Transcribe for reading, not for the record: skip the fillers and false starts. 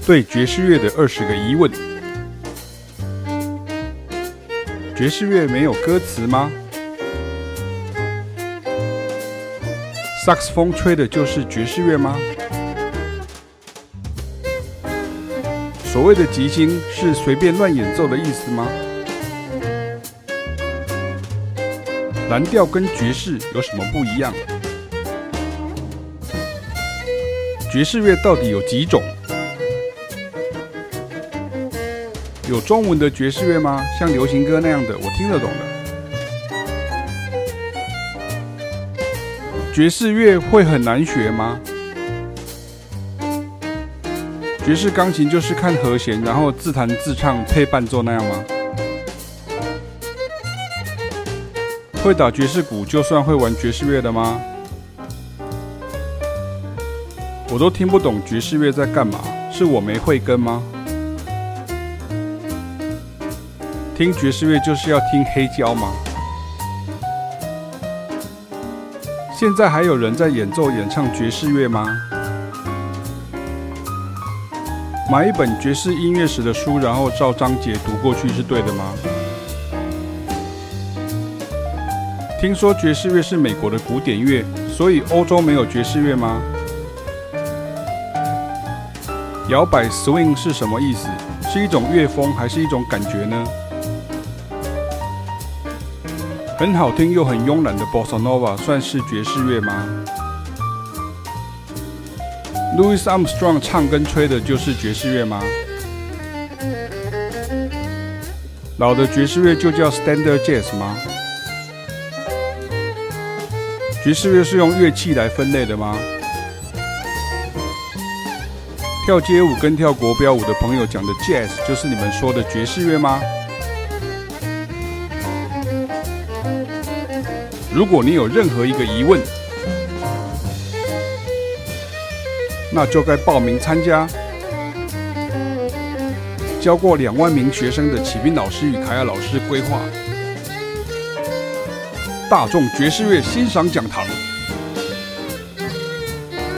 对爵士乐的20个疑问。爵士乐没有歌词吗？萨克斯风吹的就是爵士乐吗？所谓的即兴是随便乱演奏的意思吗？蓝调跟爵士有什么不一样？爵士乐到底有几种？有中文的爵士乐吗？像流行歌那样的，我听得懂的。爵士乐会很难学吗？爵士钢琴就是看和弦，然后自弹自唱配伴奏那样吗？会打爵士鼓就算会玩爵士乐的吗？我都听不懂爵士乐在干嘛，是我没慧根吗？听爵士乐就是要听黑胶吗？现在还有人在演唱爵士乐吗？买一本爵士音乐史的书，然后照章节读过去是对的吗？听说爵士乐是美国的古典乐，所以欧洲没有爵士乐吗？摇摆 swing 是什么意思？是一种乐风还是一种感觉呢？很好听又很慵懒的 Bossa Nova 算是爵士乐吗？ Louis Armstrong 唱跟吹的就是爵士乐吗？老的爵士乐就叫 Standard Jazz 吗？爵士乐是用乐器来分类的吗？跳街舞跟跳国标舞的朋友讲的 Jazz 就是你们说的爵士乐吗？如果你有任何一个疑问，那就该报名参加教过2万名学生的启斌老师与凯亚老师规划大众爵士乐欣赏讲堂。